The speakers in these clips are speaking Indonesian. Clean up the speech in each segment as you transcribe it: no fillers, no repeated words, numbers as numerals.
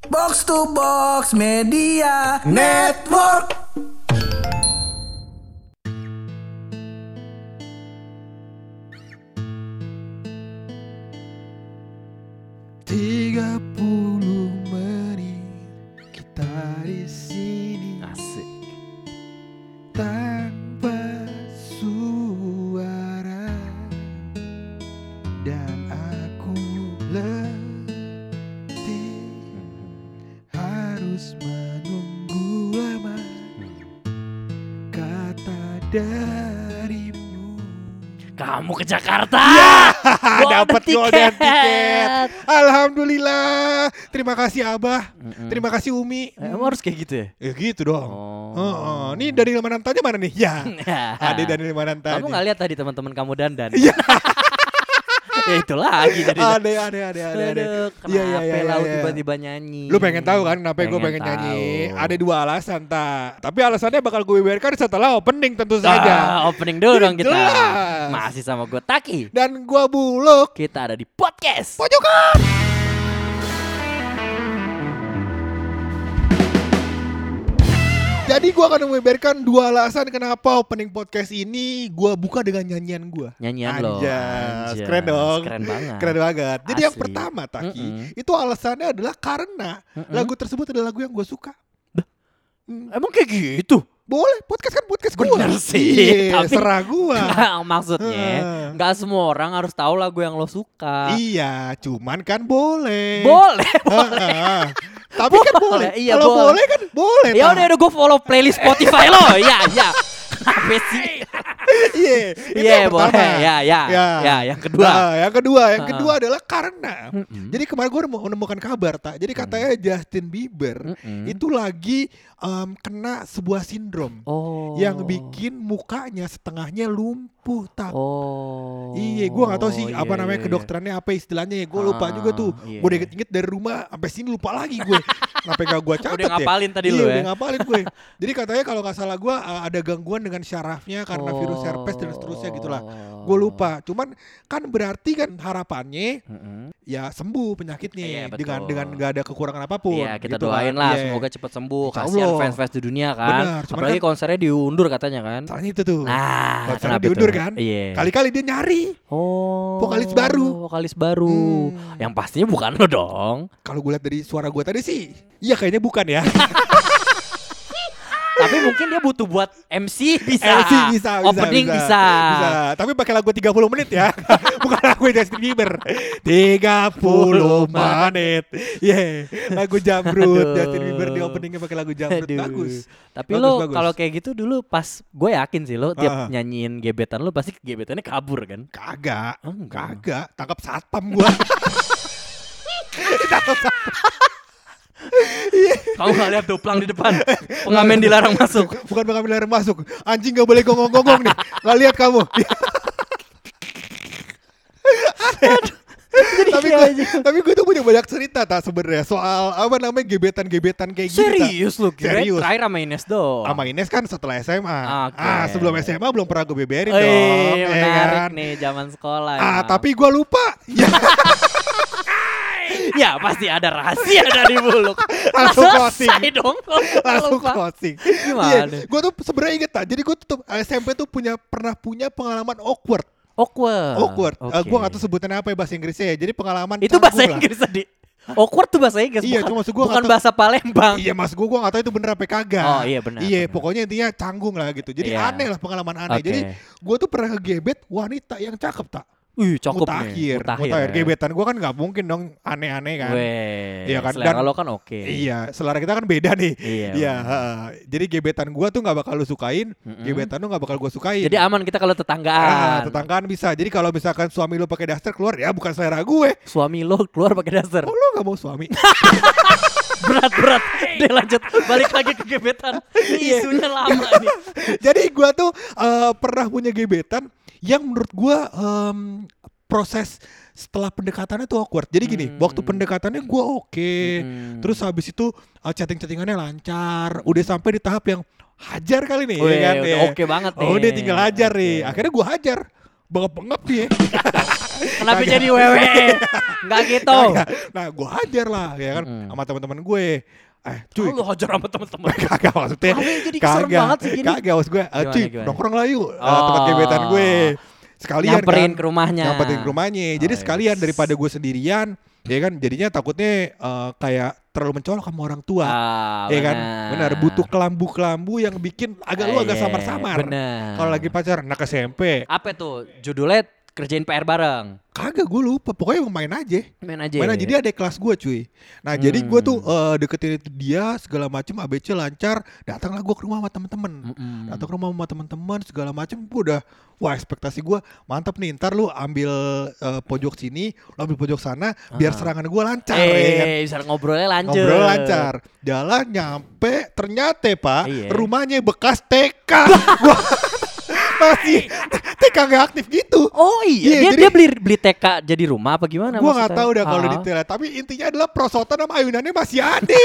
Box to Box Media Network. Tiga puluh menit kita di sini Asik. tanpa suara dan aku letih harus menunggu lama kata darimu. Kamu ke Jakarta. Dapat golden tiket. Alhamdulillah. Terima kasih Abah. Terima kasih Umi. Emang harus kayak gitu ya? Ya gitu dong. Oh. Nih dari Manantanya mana nih? Ya. Ada dari Manantanya. Kamu nggak lihat tadi teman-teman kamu dandan? Iya. Ya itu lagi jadi. Ada. Aduh, Iya, kenapa laut iya. tiba-tiba nyanyi? Lu pengen tahu kan kenapa gue pengen nyanyi? Ada dua alasan tak. Tapi alasannya bakal gue biarkan setelah opening tentu saja. Opening dulu dong kita. Jelas. Masih sama gue Taki. Dan gue Buluk. Kita ada di podcast. Pojokan. Jadi gue akan membeberkan dua alasan kenapa opening podcast ini gue buka dengan nyanyian gue. Nyanyian lo. Anjas, keren dong. Keren banget. Keren banget. Jadi yang Asli. pertama Taki, itu alasannya adalah karena lagu tersebut adalah lagu yang gue suka. Emang kayak gitu? Boleh, podcast kan podcast gue. Bener sih, Iya, tapi- serah gue. Maksudnya nggak semua orang harus tahu lagu yang lo suka. Iya, cuman kan boleh. Boleh. Heeh. Tapi kan boleh. Iya, Kalau boleh. boleh kan boleh. Ya Tak? udah gue follow playlist Spotify lo. Iya. Apa sih? Iya, itu Iya, yang pertama. boleh. Ya, yang kedua. Nah, yang kedua adalah karena. Jadi kemarin gue menemukan kabar tak. Jadi katanya Justin Bieber itu lagi kena sebuah sindrom Oh. yang bikin mukanya setengahnya lumpuh tak. Oh. Iya, gue nggak tahu sih apa Iya, namanya iya. kedokterannya apa istilahnya ya. Gue lupa juga tuh. Iya. Gue udah inget dari rumah sampai sini lupa lagi gue. Sampai gak gue catat Udah ngapalin tadi iya, lu ya. udah ngapalin gue. Jadi katanya kalau nggak salah gue ada gangguan dengan syarafnya karena virus herpes dan seterusnya gitulah. Gue lupa. Cuman kan berarti kan harapannya ya sembuh penyakitnya Iya, betul. dengan nggak ada kekurangan apapun. Iya, kita gitu doain kan. lah Iya. semoga cepat sembuh. Insya Kasihan Allah. fans-fans di dunia kan. Benar, cuman Apalagi kan- konsernya diundur katanya kan. Soalnya itu tuh. Nah, Konsernya kenapa diundur tuh? kan. Iya. Kali-kali dia nyari. Oh. Vokalis baru. Yang pastinya bukan lo dong. Kalau gue lihat dari suara gue tadi sih, iya kayaknya bukan ya. Tapi mungkin dia butuh buat MC bisa. MC bisa. Opening bisa. Tapi pakai lagu 30 menit ya. Bukan lagu Justin Bieber. 30 menit. Yeah. Lagu Jamrut. Aduh. Justin Bieber di openingnya pakai lagu Jamrut. Aduh. Bagus. Tapi Bagus, lo bagus. kalau kayak gitu dulu pas gue yakin sih lo tiap Ah. nyanyiin gebetan lo pasti gebetannya kabur kan. Kagak. Oh, enggak. Kagak. Tangkap satpam gua. Tangkap satpam. Kamu gak lihat tuh pelang di depan. Pengamen dilarang masuk. Bukan pengambil air masuk. Anjing gak boleh gonggong-gonggong nih. Gak lihat kamu. tapi gue tuh punya banyak cerita tak sebenarnya soal apa namanya gebetan-gebetan kayak gitu. Serius lo kira Serius. terakhir sama Ines dong. Sama Ines kan setelah SMA. Oke. Sebelum SMA belum pernah gue beberin Wih, dong. ya menarik kan? nih zaman sekolah. emang. Tapi gue lupa. Ya, Ya pasti ada rahasia dari Buluk. Langsung Selesai closing. dong. langsung Lupa. closing. Gimana? Gue tuh sebenarnya inget tak. Jadi gue tuh SMP tuh pernah punya pengalaman awkward. Awkward. Gue gak tahu sebutannya apa ya bahasa Inggrisnya ya. Jadi pengalaman Itu bahasa canggung lah. Inggris tadi. Awkward tuh bahasa Inggris. Iya, bukan, cuma maksud gua bukan nggak tahu. bahasa Palembang. Iya mas gue gak tahu itu bener apa kagak. Oh, iya, benar, Iya benar. pokoknya intinya canggung lah gitu. Jadi Iya. aneh lah pengalaman aneh. Oke. Jadi gue tuh pernah ngegebet wanita yang cakep tak. Cakep nih. Mutakhir. Gebetan gue kan gak mungkin dong aneh-aneh kan. Weh, Iya kan, selera dan- lo kan oke. Iya, selera kita kan beda nih. Iya, Iya. benar. Jadi gebetan gue tuh gak bakal lu sukain, gebetan lu gak bakal gue sukain. Jadi aman kita kalau tetanggaan. Tetanggaan bisa. Jadi kalau misalkan suami lu pakai daster keluar, ya bukan selera gue. Suami lo keluar pakai daster. Oh lu gak mau suami? Berat. Deh lanjut balik lagi ke gebetan. Iya. Isunya lama nih. Jadi gue tuh pernah punya gebetan yang menurut gue proses setelah pendekatannya tuh awkward. Jadi gini, waktu pendekatannya gue oke. Terus habis itu chatting-chattingannya lancar. Udah sampai di tahap yang hajar kali nih, Weh, ya kan? udah ya. oke banget nih. Oh, dia tinggal hajar nih. Oke. Akhirnya gue hajar. bengep-bengep dia. Kenapa jadi wewe? Enggak gitu. Kagak. Nah gue hajar lah ya kan sama teman-teman gue. Cuy, Lu hajar sama teman-teman. kagak maksudnya. Jadi serem banget sih gini. Kagak maksud gue. Cuy, Gimana? nongkrong lah yuk. Tempat gebetan gue. Sekalian Nyamperin kan. ke rumahnya. Nyamperin ke rumahnya. Jadi sekalian daripada gue sendirian, ya kan jadinya takutnya kayak terlalu mencolok sama orang tua. Ya kan? Benar, butuh kelambu-kelambu yang bikin lu agak samar-samar. Benar. Kalau lagi pacaran anak SMP. Apa tuh? Judulnya kerjain PR bareng. Kagak, gue lupa. Pokoknya emang main aja. Main aja. Dia ada kelas gue cuy. Nah jadi gue tuh deketin itu dia segala macem, ABC lancar. Datanglah gue ke rumah sama temen-temen. Datang ke rumah sama temen-temen segala macem. Gue udah, wah ekspektasi gue mantap nih. Ntar lu ambil pojok sini, lu ambil pojok sana, biar serangan gue lancar. Ya kan? Bisa ngobrolnya lancar. Ngobrol lancar. Jalan nyampe, ternyata pak, rumahnya bekas TK. Gua masih TK gak aktif gitu. Oh iya, dia beli TK jadi rumah apa gimana? Gua nggak tahu dah kalau detailnya. Tapi intinya adalah perosotan sama ayunannya masih ada.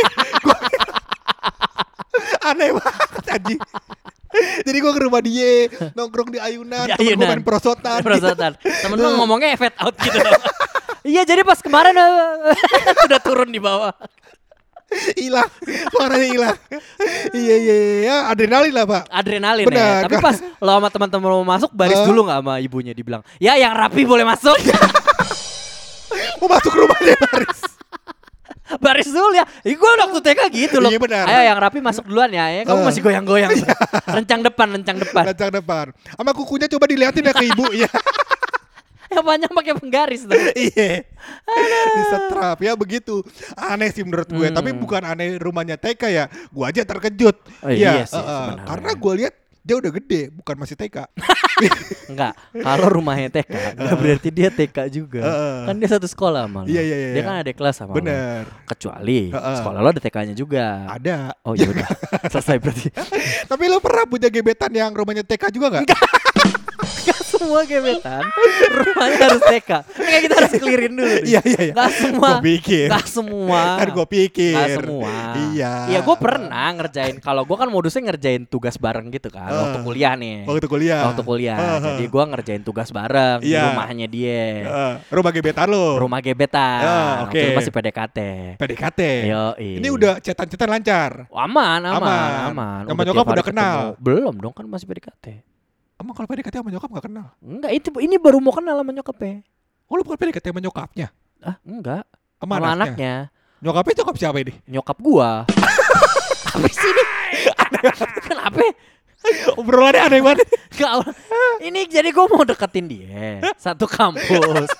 Aneh banget anjing. Jadi gue ke rumah dia, nongkrong di ayunan, temen gue main perosotan. Temen lu ngomongnya fade out gitu. Iya, jadi pas kemarin udah turun di bawah. Hilang, suaranya hilang. Iya, adrenalin lah pak. Adrenalin. Benar, ya. Tapi pas lo sama teman-teman mau masuk, baris dulu nggak sama ibunya, dibilang, ya yang rapi boleh masuk. Mau masuk rumahnya baris. Baris dulu ya. Gue waktu TK gitu loh. Iya benar. Ayo yang rapi masuk duluan ya. Kamu masih goyang-goyang. Rencang depan. Rencang depan. Sama kukunya coba dilihatin ya ke ibu ya. Yang panjang pakai penggaris tuh. Iya. Bisa trap ya begitu. Aneh sih menurut gue. Tapi bukan aneh rumahnya TK ya. Gue aja terkejut. Iya sih, karena gue lihat dia udah gede, bukan masih TK. Enggak, kalau rumahnya TK enggak berarti dia TK juga. Kan dia satu sekolah sama lo. Iya. Dia kan ada kelas sama Bener. lo. Kecuali sekolah lo ada TK-nya juga. Ada. Oh iya udah. Selesai berarti. Tapi lo pernah punya gebetan yang rumahnya TK juga gak? Gak semua gebetan rumahnya harus TK. Kayak kita harus clearin dulu. Iya. Gak semua. Gue pikir. Gak semua. Kan gue pikir. Gak semua. Iya. Iya gue pernah ngerjain. Kalau gue kan modusnya ngerjain tugas bareng gitu kan. Waktu kuliah nih. Waktu kuliah. Jadi gue ngerjain tugas bareng di rumahnya dia. Rumah gebetan lo. Rumah gebetan. Oke. Waktu itu masih PDKT. Ini udah cetan-cetan lancar. Aman. Sama nyokap udah kenal. Belum dong, kan masih PDKT. Emang kalau PDKT sama nyokap gak kenal? Enggak, ini baru mau kenal sama nyokapnya. Oh lu bukan PDKT sama nyokapnya? Enggak. Sama anaknya. Nyokapnya nyokap siapa ini? Nyokap gua. Apa sih ini? Kenapa? Obrolannya aneh banget. Ini jadi gua mau deketin dia. Satu kampus.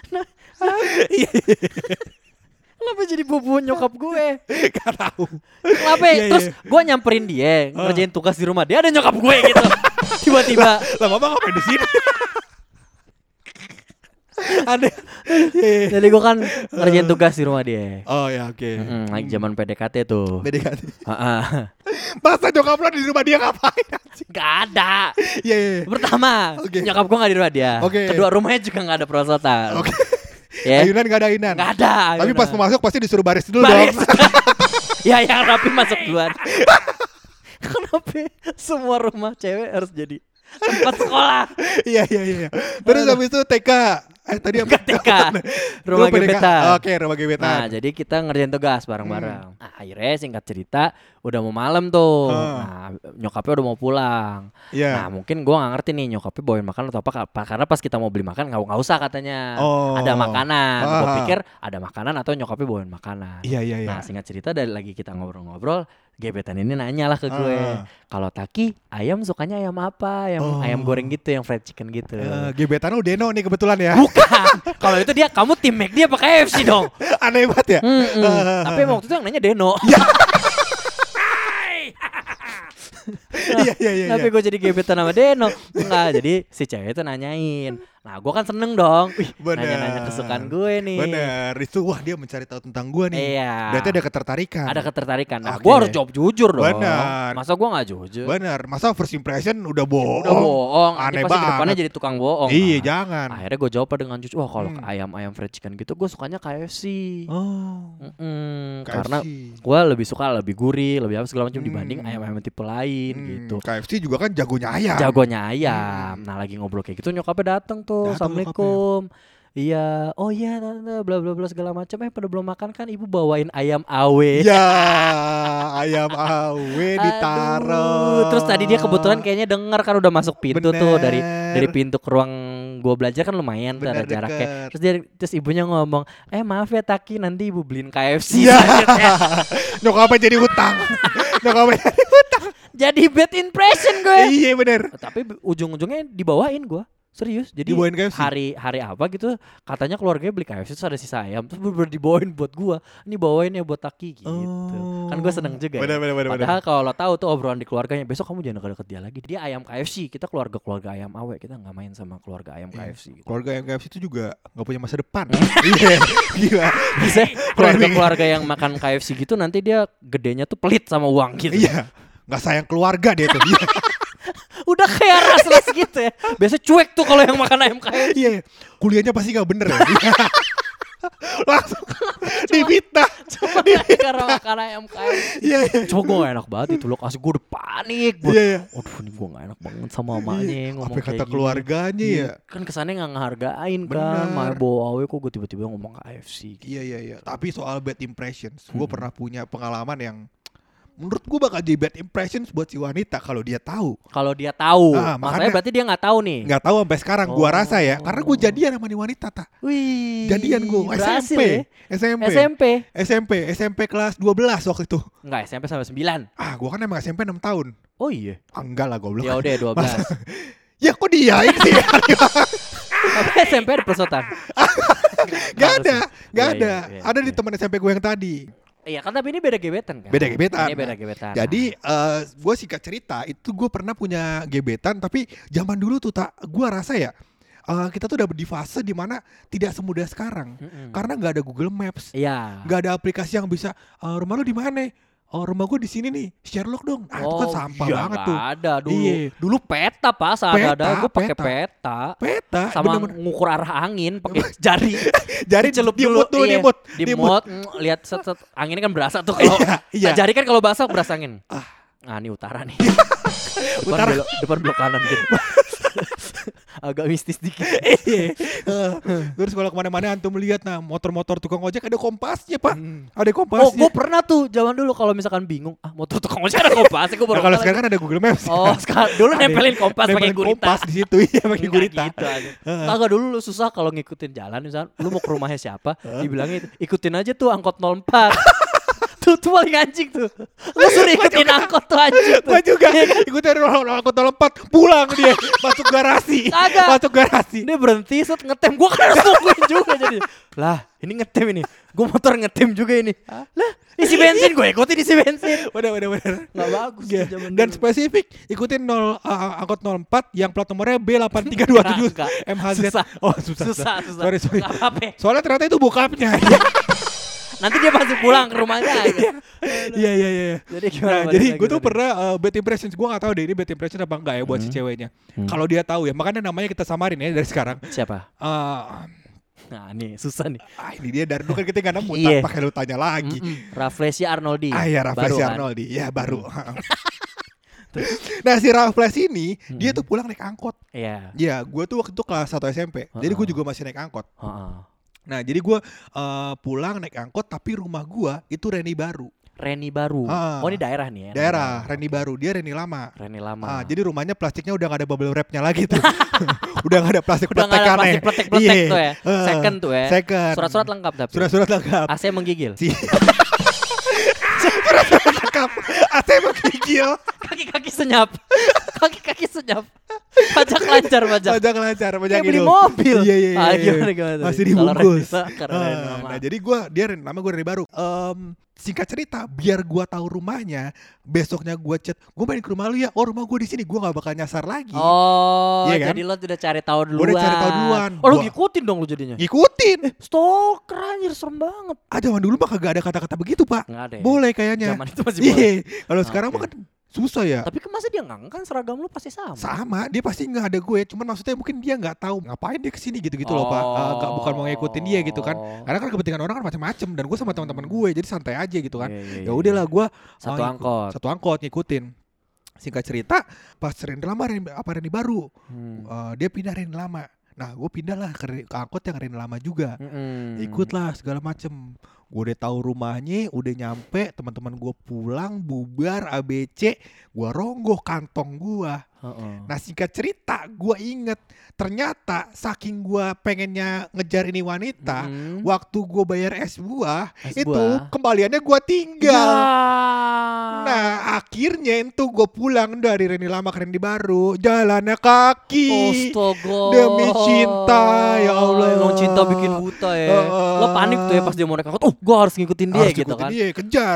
Kenapa jadi bobo nyokap gue? Gak tahu. Kenapa? Terus gue nyamperin dia ngerjain tugas di rumah. Dia ada nyokap gue gitu. Tiba-tiba. Lah mama ngapain di sini? Aneh. Jadi gue kan ngerjain tugas di rumah dia. Oh ya oke. Lagi zaman PDKT tuh. PDKT. Masa nyokap lo di rumah dia ngapain? Gak ada. Iya. Pertama, nyokap gue gak di rumah dia. Kedua, rumahnya juga gak ada perosotan. Ayunan gak ada ayunan. Gak ada. Tapi pas mau masuk pasti disuruh baris dulu dong. Ya yang rapi masuk duluan. Kenapa semua rumah cewek harus jadi tempat sekolah? Iya. Terus habis itu TK. Tadi apa? TK. Rumah gebetan. Oke, rumah gebetan. Nah, jadi kita ngerjain tugas bareng-bareng. Nah, akhirnya singkat cerita udah mau malam tuh. Nah, nyokapnya udah mau pulang. Nah, mungkin gua nggak ngerti nih nyokapnya bawain makan atau apa. Karena pas kita mau beli makan nggak usah katanya. Ada makanan. Gua pikir ada makanan atau nyokapnya bawain makanan. Iya. Nah, singkat cerita dari lagi kita ngobrol-ngobrol, gebetan ini nanya lah ke gue, kalau Taki ayam sukanya ayam apa? Ayam goreng gitu, yang fried chicken gitu. Gebetan lu Deno nih kebetulan ya. Bukan. Kalau itu dia, kamu tim McD apa KFC dong? Aneh banget ya. Tapi waktu itu yang nanya Deno. Iya. Tapi gue jadi gebetan sama Deno. Enggak, jadi si cewek itu nanyain. Nah gue kan seneng dong. Nanya-nanya kesukaan gue nih. Bener. Itu wah dia mencari tahu tentang gue nih. Iya. Berarti ada ketertarikan. Nah gue harus jawab jujur dong. Bener. Masa gue gak jujur? Bener. Masa first impression udah bohong. Aneh banget. Kedepannya jadi tukang bohong. Iya jangan. Akhirnya gue jawab dengan jujur. Wah kalau ayam fried chicken gitu gue sukanya KFC. KFC. Karena Gue lebih suka lebih gurih, lebih apa segala macam dibanding ayam-ayam tipe lain gitu. KFC juga kan jagonya ayam. Jagonya ayam. Nah lagi ngobrol kayak gitu nyokapnya datang tuh. Assalamualaikum. Iya, oh iya tante, bla bla bla segala macam. Pada belum makan kan ibu bawain ayam awe. Ya, ayam awe ditaruh. Terus tadi dia kebetulan kayaknya dengar kan udah masuk pintu tuh dari pintu ke ruang gua belajar kan lumayan tuh ada jaraknya. Terus ibunya ngomong, maaf ya Taki, nanti ibu beliin KFC. Ya. Nyokapnya jadi hutang. Jadi bad impression gue. Iya bener. Tapi ujung-ujungnya dibawain gue. Serius, jadi hari apa gitu katanya keluarganya beli KFC terus ada sisa ayam terus bener dibawain buat gua. Ini bawain ya buat Taki gitu. Kan gua seneng juga. Bener. Padahal kalau lo tahu tuh obrolan di keluarganya, besok kamu jangan deket-deket dia lagi. Dia ayam KFC, kita keluarga ayam awe, kita nggak main sama keluarga ayam KFC. Gitu. Keluarga ayam KFC itu juga nggak punya masa depan. Iya, gila. Bisa keluarga yang makan KFC gitu nanti dia gedenya tuh pelit sama uang gitu. Iya, nggak sayang keluarga dia tuh. Udah kayak ras-ras gitu ya. Biasa cuek tuh kalau yang makan ayam KFC. Iya, kuliahnya pasti gak bener ya. Langsung difitnah. Cuma karena makan ayam KFC. Iya. Coba gue gak enak banget itu loh. Asli gue udah panik. Iya. Aduh ini gue gak enak banget sama mamanya ngomong apa kayak kata gini. keluarganya ya. Kan kesannya gak ngehargain kan. Maya bawa awe kok gue tiba-tiba ngomong KFC gitu. Iya. Tapi soal bad impressions, gue pernah punya pengalaman yang menurut gue bakal jadi bad impressions buat si wanita kalau dia tahu. Maksudnya berarti dia nggak tahu nih. Nggak tahu sampai sekarang. Gue rasa ya, karena gue jadian sama nih wanita tak. Wih. Jadian gue SMP kelas 12 waktu itu. Enggak, SMP sampai 9. Gue kan emang SMP 6 tahun. Oh iya. Enggak lah goblok. Ya udah 12. Ya kok dia ini ya? Tapi SMP ada pesotan. Gak ada. Ada di teman SMP gue yang tadi. Iya kan, tapi ini beda gebetan kan? Beda gebetan. Jadi gue singkat cerita, itu gue pernah punya gebetan, tapi zaman dulu tuh gue rasa ya kita tuh udah di fase dimana tidak semudah sekarang. Karena gak ada Google Maps. Iya. Gak ada aplikasi yang bisa rumah lu di mana? Oh rumah gue di sini nih, Sherlock dong. Itu kan sampah banget tuh. Ada dulu. Dulu peta Pak, ada gue pakai peta. Sama ngukur arah angin pakai jari. Jari celup dimut dulu. Dimut. Lihat set anginnya kan berasa tuh kalau. Jari kan kalau basah berasa angin. Ini utara nih. Depan blok kanan gitu. Agak mistis dikit. Terus kalau kemana-mana antum lihat motor-motor tukang ojek ada kompasnya Pak. Ada kompasnya. Oh gue pernah tuh zaman dulu kalau misalkan bingung motor tukang ojek ada kompasnya. Kalau sekarang kan ada Google Maps. Oh sekarang dulu nempelin kompas pakai gurita. Kompas di situ iya pakai gurita. Kagak dulu lu susah kalau ngikutin jalan misalnya lu mau ke rumahnya siapa dibilangin ikutin aja tuh angkot 04. Tuh paling anjing tuh. Lu suruh ikutin angkot tuh anjing tuh. Gua juga ikutin angkot 04 pulang dia masuk garasi. Dia berhenti set ngetem. Gua kan harus nungguin juga jadi. Lah ini ngetem ini. Gua motor ngetem juga ini. Lah isi bensin gue ikutin isi bensin. Bener. Gak bagus ya. Dan spesifik ikutin angkot 04 yang plat nomornya B8327 MHZ. Susah. Sorry. Apa? Soalnya ternyata itu bokapnya. Nanti dia pasti pulang ke rumahnya. Iya. Jadi gimana? Jadi gue tuh pernah bad impressions. Gue gak tahu deh ini bad impression apa enggak ya buat si ceweknya. Kalau dia tahu ya, makanya namanya kita samarin ya dari sekarang. Siapa? Nah nih susah nih. Ini dia dari dulu kan kita gak nemu. Pakai lu tanya lagi. Rafflesia Arnoldi. Iya Rafflesia Arnoldi. Ya baru. Nah si Raffles ini dia tuh pulang naik angkot. Iya. Iya gue tuh waktu itu kelas 1 SMP. Jadi gue juga masih naik angkot. Nah jadi gue pulang naik angkot tapi rumah gue itu Reni Baru. Oh ini daerah nih ya? Daerah Reni Baru, dia Reni Lama. Jadi rumahnya plastiknya udah gak ada bubble wrapnya lagi tuh. Udah gak ada plastik pletekannya. Plastik tuh ya. Second tuh ya. Surat-surat lengkap tapi. Surat-surat lengkap. AC menggigil. Surat-surat lengkap. AC menggigil. Kaki-kaki senyap. Pajak lancar. Pajak beli hidup. mobil. Iya. Gimana masih dibungkus. Nah jadi nama gue Reni Baru. Singkat cerita, biar gue tahu rumahnya, besoknya gue chat, gue main ke rumah lu ya. Oh rumah gue di sini, gue nggak bakal nyasar lagi. Oh, iya kan? Jadi lo udah cari tahu duluan. Gue udah cari tahu duluan. Oh, lo ngikutin dong lo jadinya. Ngikutin. Stalker anjir, serem banget. Zaman dulu mah kagak ada kata-kata begitu Pak. Nggak ada. Ya? Boleh kayaknya. Zaman itu masih boleh. Kalau sekarang mah kan Susah ya. Tapi masa dia nggak kan seragam lu pasti sama. Sama, dia pasti nggak ada gue. Cuman maksudnya mungkin dia nggak tahu ngapain dia kesini gitu-gitu loh Pak. Bukan mau ngikutin dia gitu kan. Karena kan kepentingan orang kan macam-macam dan gue sama teman-teman gue jadi santai aja gitu kan. Ya udahlah gue satu angkot ngikutin. Singkat cerita, pas Randy baru, dia pindah Randy lama. Nah, gue pindah lah ke angkot yang Randy lama juga. Ikutlah segala macem. Gue udah tahu rumahnya, udah nyampe, teman-teman gue pulang, bubar, ABC, gue rongoh kantong gue. Nah, singkat cerita, gue inget ternyata saking gue pengennya ngejar ini wanita, waktu gue bayar es buah, itu kembaliannya gue tinggal. Nah, akhirnya itu gue pulang dari Randy lama ke Randy baru, jalannya kaki. Demi cinta, ya Allah. Emang cinta bikin buta ya. Lo panik tuh ya pas dia mau naik angkot. Gue harus ngikutin dia gitu kan. Dia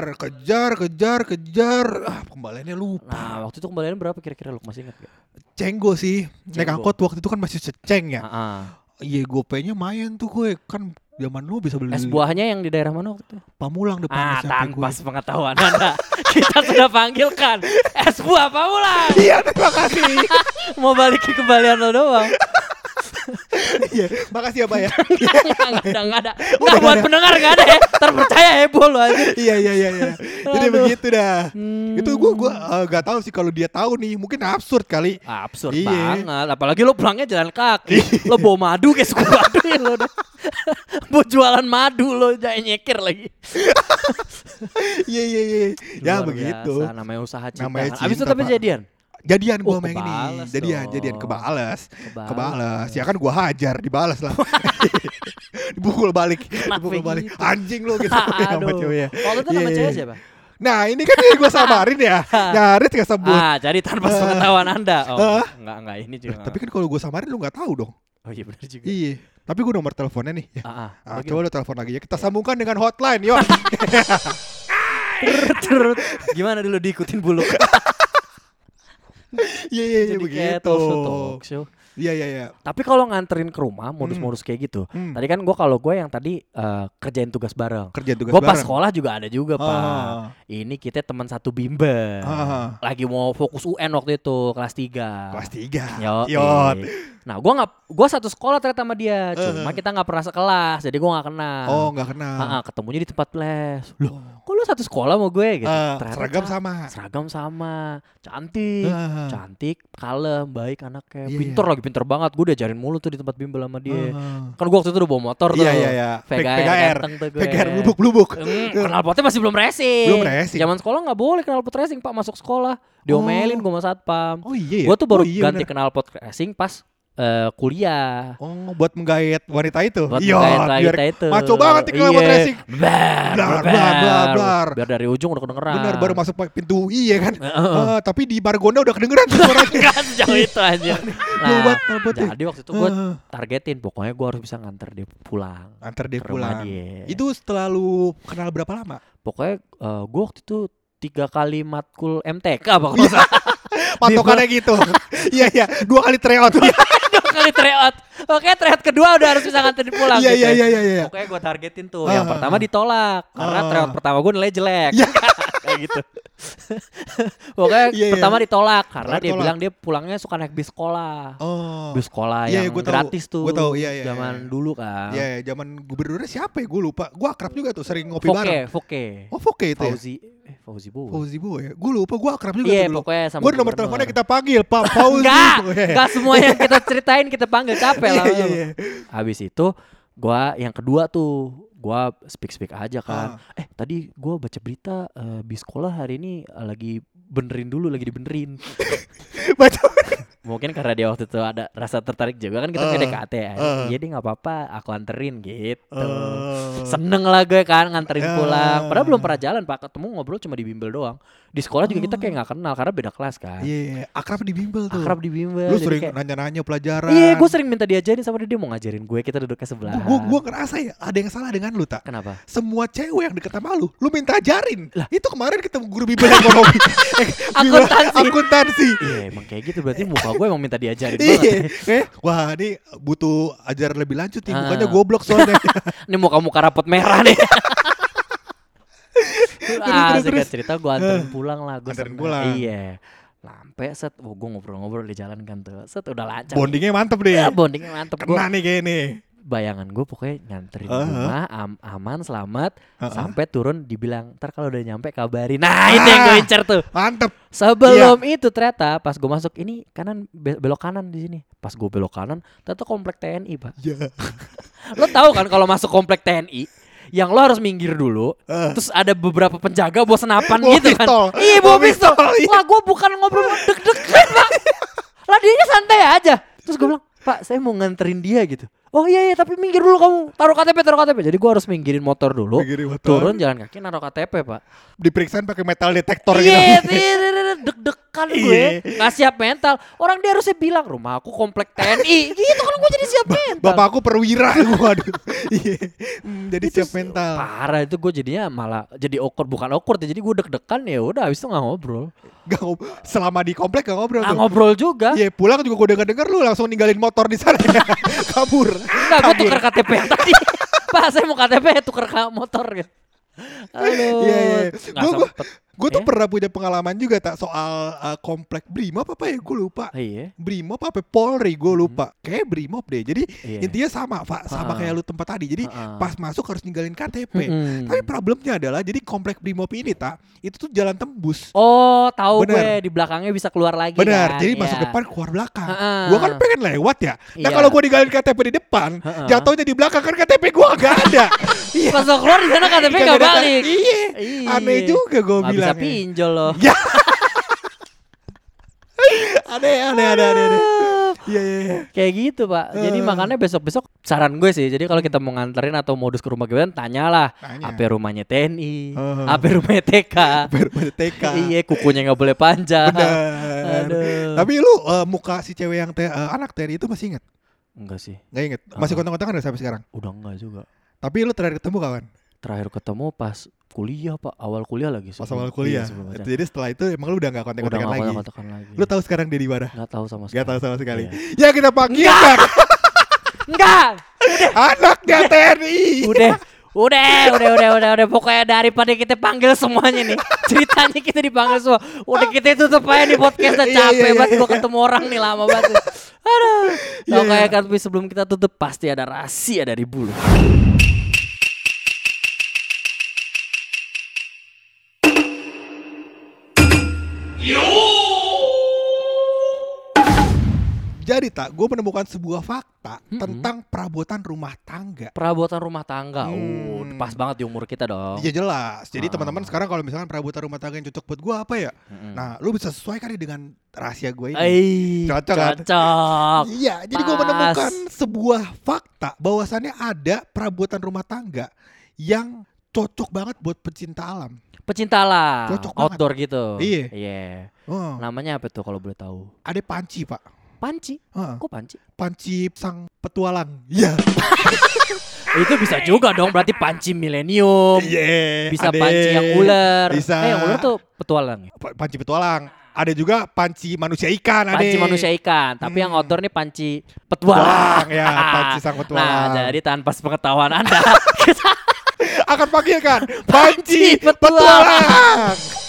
kejar. Kembaliannya lupa. Nah, waktu itu kembaliannya berapa kira-kira lu masih ingat gak? Cenggo sih. Naik angkot waktu itu kan masih seceng ya. Iya, gopenya main tuh gue. Kan zaman lu bisa beli. Es buahnya yang di daerah mana waktu itu? Pamulang depan SMP gue. Tanpa sepengetahuan Anda, kita sudah panggilkan es buah Pamulang. Iya, terima kasih. Mau balikin kembalian lo doang. Iya, makasih ya Pak ya. Enggak ada. Enggak buat pendengar enggak ada ya. Terpercaya heboh lo aja. Iya. Jadi begitu dah. Itu gue enggak tahu sih kalau dia tahu nih, mungkin absurd kali. Absurd banget. Apalagi lo pulangnya jalan kaki. Lo bawa madu kayak suku madu ya lo. Buat jualan madu lo jangan nyekir lagi. Iya. Ya begitu. Namanya usaha cinta. Abis itu tapi jadian gue main ini. Jadian kebales. Ya kan gue hajar, dibales lah. Dibukul balik. Anjing lo gitu. Waktu itu nama cewek siapa? Nah, ini kan gue samarin ya. Nyaris gak sebut. Jadi tanpa sepengetahuan Anda. Enggak ini juga. Tapi kan kalau gue samarin lu gak tahu dong. Oh iya benar juga. Iya. Tapi gue nomor teleponnya nih. Coba lu telepon lagi ya. Kita sambungkan dengan hotline, yuk. Gimana dulu diikutin bulu? Iya begitu. Talk show. Iya. Tapi kalau nganterin ke rumah modus-modus kayak gitu. Tadi kan gue yang tadi kerjain tugas bareng. Gue pas sekolah juga ada juga Pak. Ini kita teman satu bimbel. Lagi mau fokus UN waktu itu kelas 3. Kelas 3. Yot. Nah, gue satu sekolah ternyata sama dia, cuma kita nggak pernah sekelas, jadi gue nggak kenal. Oh, nggak kenal. Ketemunya di tempat les. Loh, kok lu satu sekolah sama gue gitu? Seragam sama, cantik, kalem, baik anaknya, pinter banget. Gue diajarin mulu tuh di tempat bimbel sama dia. Kan gue waktu itu udah bawa motor tuh. Iya. VGR, blubuk. Knalpotnya masih belum racing. Zaman sekolah nggak boleh knalpot racing Pak masuk sekolah. Diomelin gue sama satpam. Oh iya. Gue tuh baru ganti knalpot racing pas kuliah. Oh, buat menggait wanita itu. Biar itu. Maco banget nih buat racing. Blar. Biar dari ujung udah kedengeran. Benar, baru masuk pintu iya kan. Tapi di Margonda udah kedengeran suaranya. Kan sejauh itu aja. Jadi waktu itu gue targetin pokoknya gue harus bisa nganter dia pulang. Itu setelah lu kenal berapa lama? Pokoknya gue waktu itu 3 kali matkul MTK apa kalau salah. Patokannya gitu. Iya, 2 kali tryout. 2 kali tryout. Oke, tryout kedua udah harus bisa nganterin pulang gitu. Iya. Pokoknya gue targetin tuh. Yang pertama ditolak karena tryout pertama gue nilai jelek. Kayak gitu. Pokoknya pertama ditolak karena dia bilang dia pulangnya suka naik bis sekolah. Bis sekolah yang gratis tuh. Gue tahu, zaman dulu kan. Iya, zaman gubernurnya siapa ya? Gue lupa. Gue akrab juga tuh, sering ngopi bareng. Foke. Oh, Foke itu. Fauzi Bowo ya. Gue lupa, gue akrab juga tuh dulu. Gue nomor teleponnya kita panggil Pak Fauzi. Enggak semua yang kita ceritain kita panggil, capek lah. Habis itu gue yang kedua tuh gue speak aja kan. Tadi gue baca berita bis sekolah hari ini lagi dibenerin. Mungkin karena dia waktu itu ada rasa tertarik juga kan kita PDKT ya. Jadi nggak apa-apa aku anterin gitu. Seneng lah gue kan nganterin pulang. Padahal belum pernah jalan Pak, ketemu ngobrol cuma di bimbel doang. Di sekolah juga kita kayak nggak kenal karena beda kelas kan. Iya, akrab di bimbel tuh. Lu sering nanya-nanya pelajaran. Iya, gue sering minta diajarin sama dia mau ngajarin gue, kita duduk ke sebelah. Gue ngerasa ya ada yang salah dengan lu tak. Kenapa? Semua cewek yang deket sama lu minta ajarin. Lah, itu kemarin ketemu guru bimbel yang ngomong akuntansi. Iya, emang kayak gitu berarti muka gue emang minta diajarin banget. Wah, ini butuh ajaran lebih lanjut nih. Mukanya goblok soalnya. Ini muka-muka rapot merah nih. Singkat cerita gue anterin pulang lah. Anterin pulang. Iya. Lampe set, gue ngobrol-ngobrol di jalan kan tuh. Set udah lancar. Bondingnya mantep deh. Ya, bondingnya mantep. Kena nih kayak nih. Bayangan gue pokoknya nganterin rumah aman selamat sampai turun dibilang ntar kalau udah nyampe kabarin. Nah itu yang gue incer tuh. Mantep. Sebelum itu ternyata pas gue masuk ini kanan belok kanan di sini. Pas gue belok kanan ternyata komplek TNI pak. Ya. Lo tahu kan kalau masuk komplek TNI yang lo harus minggir dulu, terus ada beberapa penjaga bawa senapan Bawa gitu pistol. kan. Iya bawa pistol. Iya. Lah gue bukan ngobrol deg-degan pak. Lah dianya santai aja. Terus gue bilang, Pak saya mau nganterin dia gitu. Oh iya tapi minggir dulu kamu, taruh KTP. Jadi gue harus minggirin motor dulu, turun jalan kaki naruh KTP pak. Diperiksain pakai metal detektor gitu. Iya, deg-degan gue, nggak siap mental. Orang dia harusnya bilang rumah aku komplek TNI, gitu kan gue jadi siap mental. Bapak aku perwira, waduh. Iya, jadi Itu siap mental. Parah itu gue jadinya malah jadi bukan awkward ya, jadi gue deg-degan ya udah habis itu nggak ngobrol. Selama di komplek gak ngobrol tuh. Ngobrol juga. Iya pulang juga gue denger lu langsung ninggalin motor di sana. Kabur. Enggak, gue tuker KTP yang tadi. Pak saya mau KTP tuker motor gitu. Aduh. Iya. Gue tuh pernah punya pengalaman juga tak soal komplek Brimob apa ya gue lupa. Iya. Brimob apa Polri gue lupa. Kayak Brimob deh. Jadi intinya sama Pak, sama kayak lu tempat tadi. Jadi pas masuk harus ninggalin KTP. Tapi problemnya adalah jadi komplek Brimob ini tak itu tuh jalan tembus. Oh tahu gue di belakangnya bisa keluar lagi. Bener. Kan? Jadi masuk depan keluar belakang. Gue kan pengen lewat ya. Nah kalau gue ninggalin KTP di depan, jatuhnya di belakang kan KTP gue gak ada. Pas lo keluar di sana KTP gak balik. Iya. Aneh juga gue bilang. Bisa pinjol loh. Ya. Aneh. Iya. Kayak gitu pak. Jadi makanya besok saran gue sih. Jadi kalau kita mau nganterin atau modus ke rumah gebetan, tanyalah. Apa rumahnya TNI, apa rumahnya TK. Iya, kukunya nggak boleh panjang. Bener. Tapi lu muka si cewek yang anak TNI itu masih inget? Enggak sih. Nggak inget. Masih kontak-kontakan sampai sekarang? Udah enggak juga. Tapi lu terakhir ketemu kapan? Terakhir ketemu pas kuliah pak, awal kuliah lagi. Pas awal kuliah. Iya, jadi setelah itu emang lu udah gak kontak-kontakan lagi. Lu tahu sekarang dia di mana? Gak tahu sama sekali. Gak tahu sama sekali. Iya. Ya kita panggil kan. Enggak. Anaknya TNI. Udah. Pokoknya daripada kita panggil semuanya nih, ceritanya kita dipanggil semua. Udah kita tutup aja nih podcast, udah capek banget gue ketemu orang nih lama banget. Aduh. Pokoknya kan sebelum kita tutup pasti ada rahasia dari bulu. Jadi tak, gue menemukan sebuah fakta tentang perabotan rumah tangga. Perabotan rumah tangga, pas banget di umur kita dong. Iya jelas. Jadi teman-teman sekarang kalau misalkan perabotan rumah tangga yang cocok buat gue apa ya? Nah, lu bisa sesuaikan dengan rahasia gue ini. Cocok kan? Iya. Jadi gue menemukan sebuah fakta bahwasannya ada perabotan rumah tangga yang cocok banget buat pecinta alam. Pecinta alam, cocok outdoor banget. gitu. Iya. Namanya apa tuh kalau boleh tahu? Ada panci pak. Panci? Kok panci? Panci sang petualang. Iya. Itu bisa juga dong, berarti panci milenium. Iya. Bisa panci yang ular. Bisa. Yang ular tuh petualang. Panci petualang. Ada juga panci manusia ikan. Panci manusia ikan. Tapi yang outdoor nih panci petualang. Ya, panci sang petualang. Nah, jadi tanpa sepengetahuan Anda akan panggilkan panci petualang.